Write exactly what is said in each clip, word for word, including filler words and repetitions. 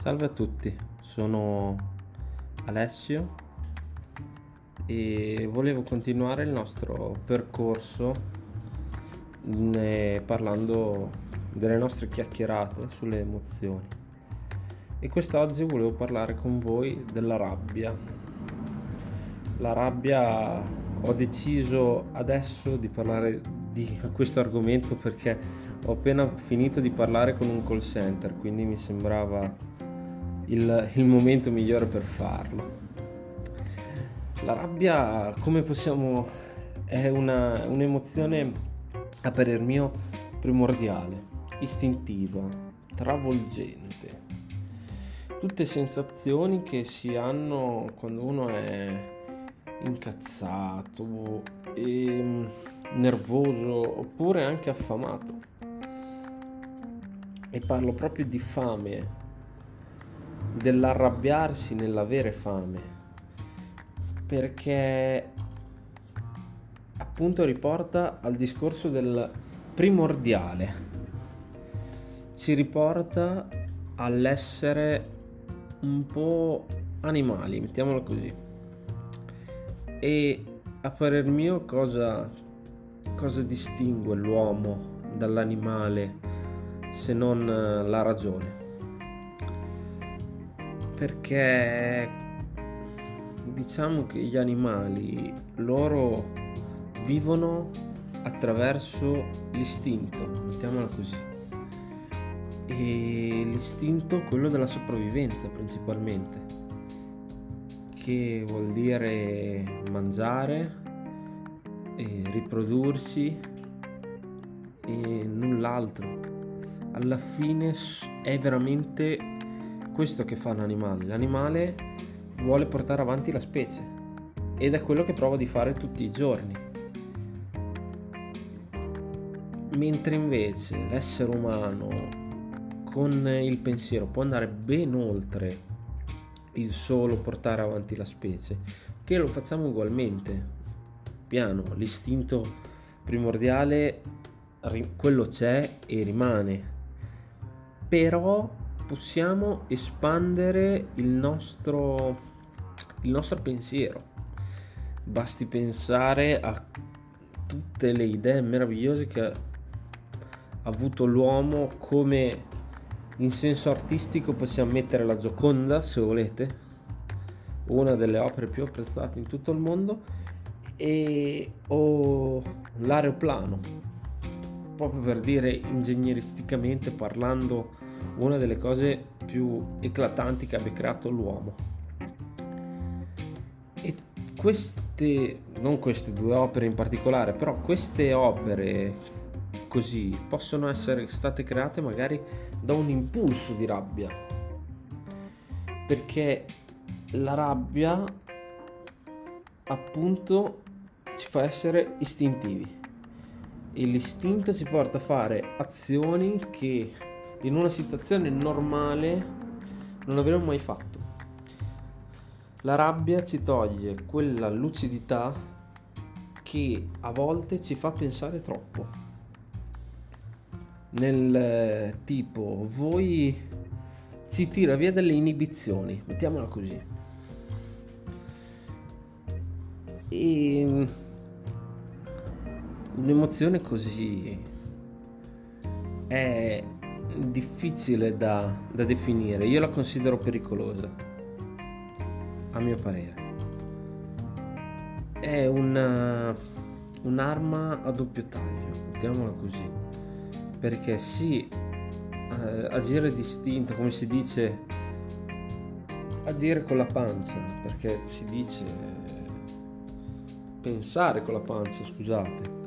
Salve a tutti, sono Alessio e volevo continuare il nostro percorso ne- parlando delle nostre chiacchierate sulle emozioni. E quest'oggi volevo parlare con voi della rabbia. La rabbia, ho deciso adesso di parlare di questo argomento perché ho appena finito di parlare con un call center, quindi mi sembrava il, il momento migliore per farlo. La rabbia, come possiamo, è una, un'emozione a parer mio primordiale, istintiva, travolgente. Tutte sensazioni che si hanno quando uno è incazzato, e nervoso oppure anche affamato. E parlo proprio di fame, dell'arrabbiarsi nell'avere fame, perché appunto riporta al discorso del primordiale, ci riporta all'essere un po' animali, mettiamolo così. E a parer mio cosa, cosa distingue l'uomo dall'animale se non la ragione? Perché diciamo che gli animali loro vivono attraverso l'istinto, mettiamola così, e l'istinto quello della sopravvivenza principalmente, che vuol dire mangiare e riprodursi e null'altro. Alla fine è veramente questo che fa un animale. L'animale vuole portare avanti la specie ed è quello che prova di fare tutti i giorni, mentre invece l'essere umano con il pensiero può andare ben oltre il solo portare avanti la specie, che lo facciamo ugualmente piano. L'istinto primordiale quello c'è e rimane, però possiamo espandere il nostro il nostro pensiero. Basti pensare a tutte le idee meravigliose che ha avuto l'uomo, come in senso artistico possiamo mettere la Gioconda, se volete, una delle opere più apprezzate in tutto il mondo, e o l'aeroplano, proprio per dire, ingegneristicamente parlando, una delle cose più eclatanti che abbia creato l'uomo. E queste, non queste due opere in particolare, però queste opere così possono essere state create magari da un impulso di rabbia, perché la rabbia appunto ci fa essere istintivi e l'istinto ci porta a fare azioni che in una situazione normale non avremmo mai fatto. La rabbia ci toglie quella lucidità che a volte ci fa pensare troppo, nel tipo, voi ci tira via delle inibizioni, mettiamola così. E un'emozione così è difficile da, da definire. Io la considero pericolosa, a mio parere. È una, un'arma a doppio taglio, mettiamola così, perché sì, eh, agire distinto, come si dice, agire con la pancia, perché si dice pensare con la pancia, scusate.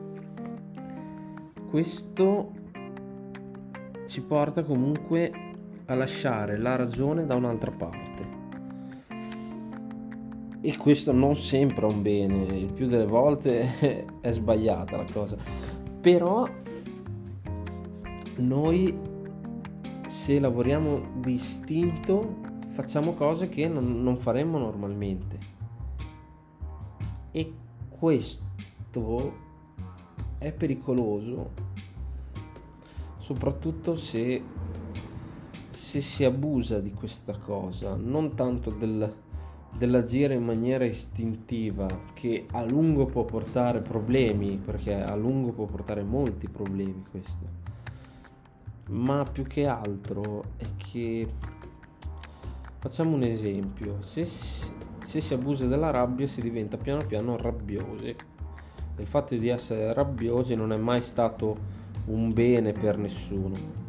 Questo ci porta comunque a lasciare la ragione da un'altra parte, e questo non sempre è un bene, il più delle volte è sbagliata la cosa, però noi, se lavoriamo di istinto, facciamo cose che non, non faremmo normalmente, e questo è pericoloso soprattutto se se si abusa di questa cosa, non tanto del, dell'agire in maniera istintiva, che a lungo può portare problemi, perché a lungo può portare molti problemi questo, ma più che altro è che, facciamo un esempio, se, se si abusa della rabbia si diventa piano piano rabbiosi. Il fatto di essere rabbiosi non è mai stato un bene per nessuno.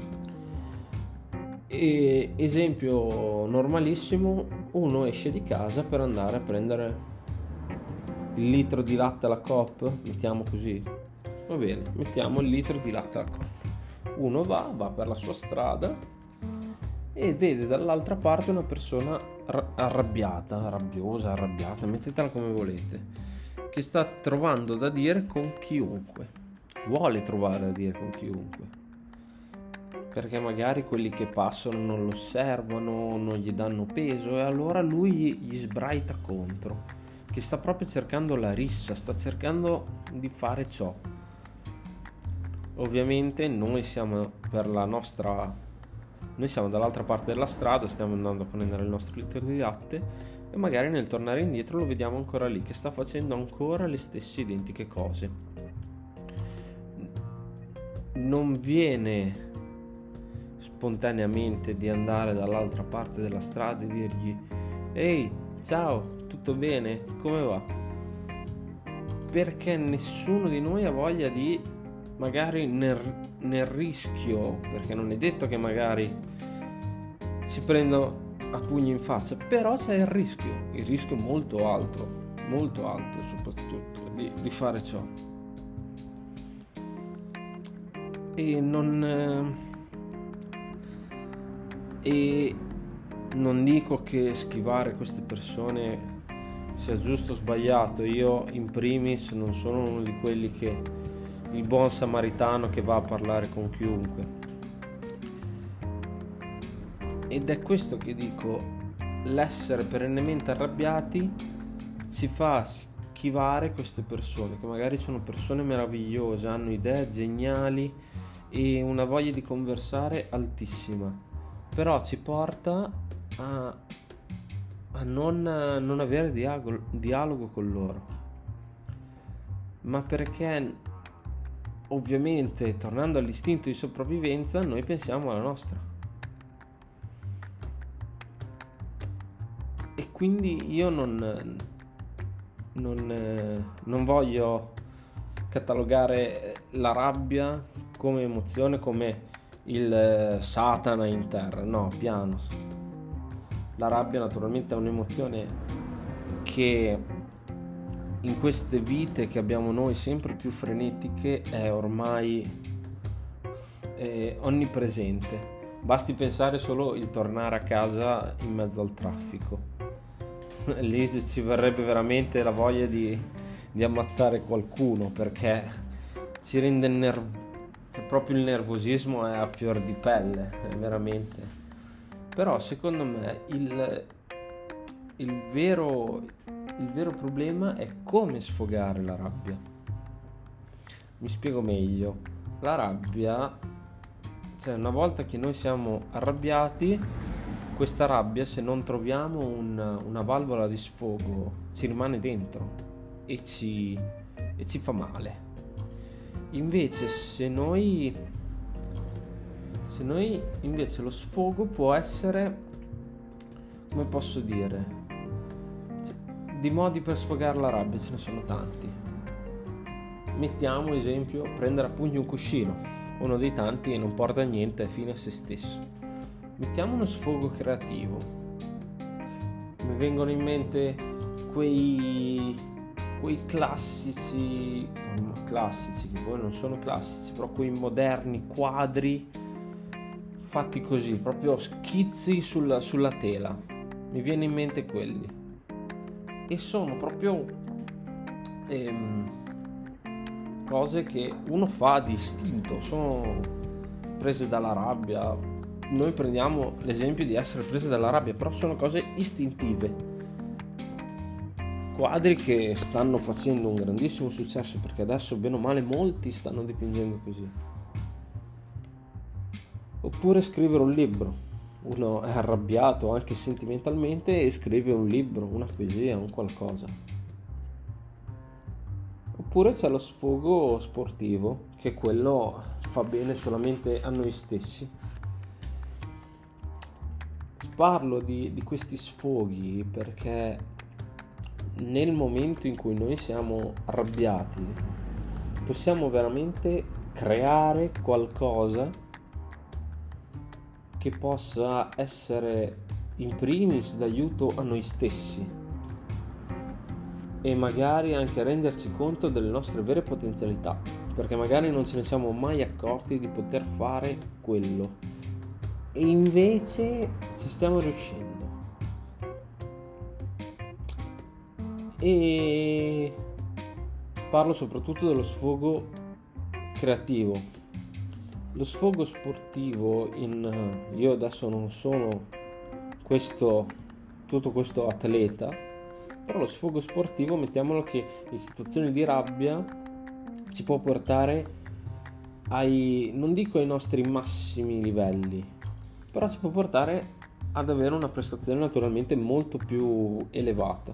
E, esempio normalissimo, uno esce di casa per andare a prendere il litro di latte alla Coop, mettiamo così, va bene, mettiamo il litro di latte alla Coop. Uno va, va per la sua strada e vede dall'altra parte una persona arrabbiata, rabbiosa, arrabbiata, mettetela come volete, che sta trovando da dire con chiunque, vuole trovare da dire con chiunque, perché magari quelli che passano non lo osservano, non gli danno peso, e allora lui gli sbraita contro, che sta proprio cercando la rissa, sta cercando di fare ciò. Ovviamente noi siamo per la nostra, noi siamo dall'altra parte della strada, stiamo andando a prendere il nostro litro di latte e magari nel tornare indietro lo vediamo ancora lì che sta facendo ancora le stesse identiche cose. Non viene spontaneamente di andare dall'altra parte della strada e dirgli: ehi, ciao, tutto bene? Come va? Perché nessuno di noi ha voglia di, magari nel, nel rischio, perché non è detto che magari si prendo a pugni in faccia, però c'è il rischio, il rischio è molto alto, molto alto soprattutto, di, di fare ciò. E non... E non dico che schivare queste persone sia giusto o sbagliato. Io in primis non sono uno di quelli che, il buon samaritano che va a parlare con chiunque, ed è questo che dico, l'essere perennemente arrabbiati ci fa schivare queste persone che magari sono persone meravigliose, hanno idee geniali e una voglia di conversare altissima, però ci porta a, a non, non avere dialogo, dialogo con loro. Ma perché ovviamente, tornando all'istinto di sopravvivenza, noi pensiamo alla nostra. E quindi io non, non, non voglio catalogare la rabbia come emozione, come il Satana in terra, no, piano. La rabbia naturalmente è un'emozione che in queste vite che abbiamo noi sempre più frenetiche è ormai è onnipresente. Basti pensare solo il tornare a casa in mezzo al traffico, lì ci verrebbe veramente la voglia di, di ammazzare qualcuno, perché ci rende nervosi. Proprio il nervosismo è a fior di pelle, veramente. Però secondo me il, il vero il vero problema è come sfogare la rabbia. Mi spiego meglio. La rabbia, cioè una volta che noi siamo arrabbiati, questa rabbia, se non troviamo un, una valvola di sfogo, ci rimane dentro e ci, e ci fa male. Invece se noi se noi invece lo sfogo può essere, come posso dire, di modi per sfogare la rabbia ce ne sono tanti. Mettiamo esempio prendere a pugni un cuscino, uno dei tanti e non porta a niente, è fine a se stesso. Mettiamo uno sfogo creativo. Mi vengono in mente quei quei classici classici che poi non sono classici, però quei moderni quadri fatti così, proprio schizzi sulla, sulla tela, mi viene in mente quelli, e sono proprio ehm, cose che uno fa di istinto, sono prese dalla rabbia. Noi prendiamo l'esempio di essere prese dalla rabbia, però sono cose istintive, quadri che stanno facendo un grandissimo successo, perché adesso bene o male molti stanno dipingendo così. Oppure scrivere un libro, uno è arrabbiato anche sentimentalmente e scrive un libro, una poesia, un qualcosa. Oppure c'è lo sfogo sportivo, che quello fa bene solamente a noi stessi. Parlo di, di questi sfoghi perché nel momento in cui noi siamo arrabbiati possiamo veramente creare qualcosa che possa essere in primis d'aiuto a noi stessi e magari anche renderci conto delle nostre vere potenzialità, perché magari non ce ne siamo mai accorti di poter fare quello e invece ci stiamo riuscendo. E parlo soprattutto dello sfogo creativo. Lo sfogo sportivo in io adesso non sono questo tutto questo atleta, però lo sfogo sportivo, mettiamolo che in situazioni di rabbia ci può portare ai, non dico ai nostri massimi livelli, però ci può portare ad avere una prestazione naturalmente molto più elevata.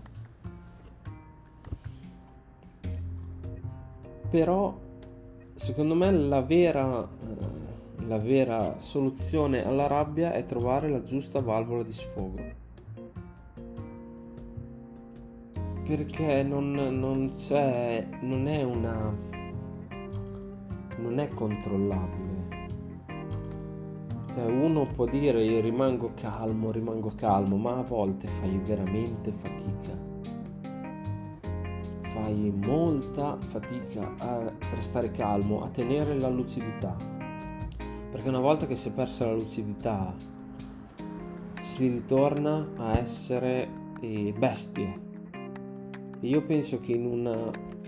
Però secondo me la vera, eh, la vera soluzione alla rabbia è trovare la giusta valvola di sfogo, perché non, non c'è, non è una, non è controllabile. Cioè uno può dire io rimango calmo, rimango calmo, ma a volte fai veramente fatica. Fai molta fatica a restare calmo, a tenere la lucidità, perché una volta che si è persa la lucidità si ritorna a essere eh, bestie. E io penso che in una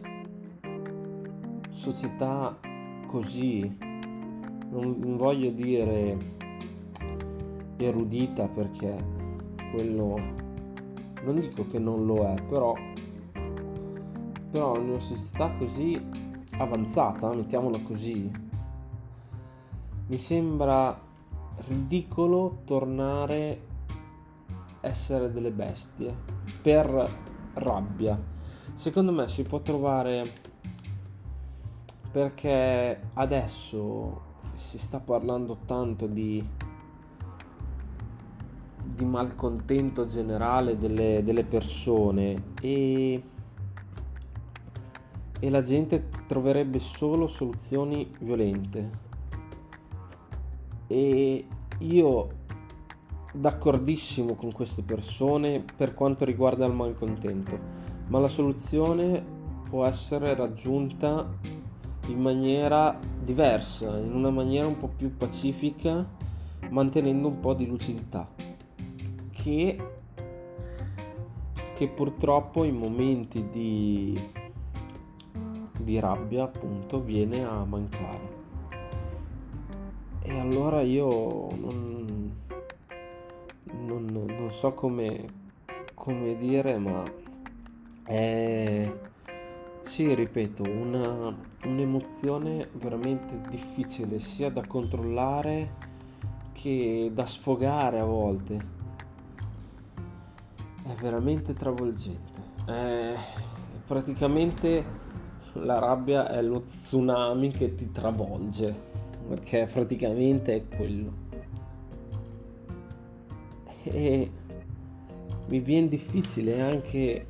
società così, non voglio dire erudita perché quello non dico che non lo è, però però in una società così avanzata, mettiamola così, mi sembra ridicolo tornare a essere delle bestie per rabbia. Secondo me si può trovare, perché adesso si sta parlando tanto di di malcontento generale delle, delle persone e e la gente troverebbe solo soluzioni violente, e io d'accordissimo con queste persone per quanto riguarda il malcontento, ma la soluzione può essere raggiunta in maniera diversa, in una maniera un po' più pacifica, mantenendo un po' di lucidità che, che purtroppo in momenti di di rabbia appunto viene a mancare. E allora io non, non, non so come, come dire, ma è, sì, ripeto, una, un'emozione veramente difficile sia da controllare che da sfogare a volte. È veramente travolgente. È praticamente la rabbia è lo tsunami che ti travolge, perché praticamente è quello. E mi viene difficile anche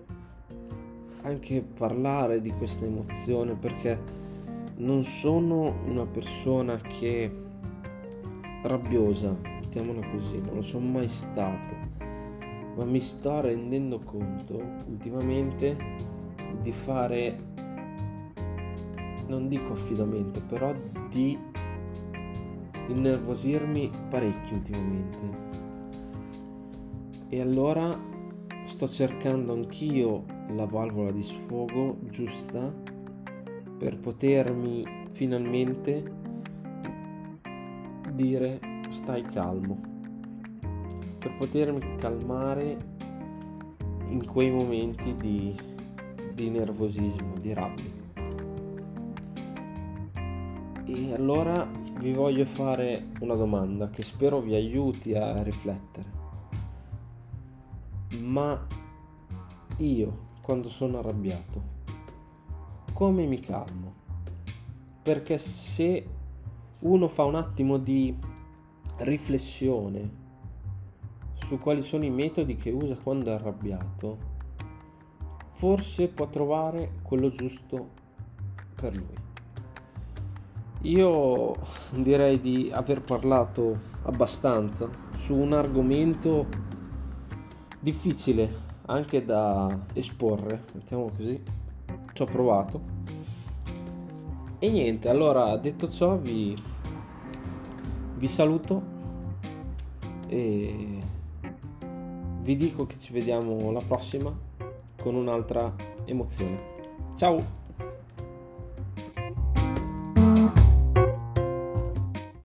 anche parlare di questa emozione, perché non sono una persona che rabbiosa, mettiamola così, non lo sono mai stato, ma mi sto rendendo conto ultimamente di fare, non dico affidamento, però di innervosirmi parecchio ultimamente. E allora sto cercando anch'io la valvola di sfogo giusta per potermi finalmente dire stai calmo, per potermi calmare in quei momenti di, di nervosismo, di rabbia. E allora vi voglio fare una domanda che spero vi aiuti a riflettere. Ma io, quando sono arrabbiato, come mi calmo? Perché se uno fa un attimo di riflessione su quali sono i metodi che usa quando è arrabbiato, forse può trovare quello giusto per lui. Io direi di aver parlato abbastanza su un argomento difficile anche da esporre, mettiamo così. Ci ho provato. E niente, allora detto ciò vi, vi saluto e vi dico che ci vediamo la prossima con un'altra emozione. Ciao!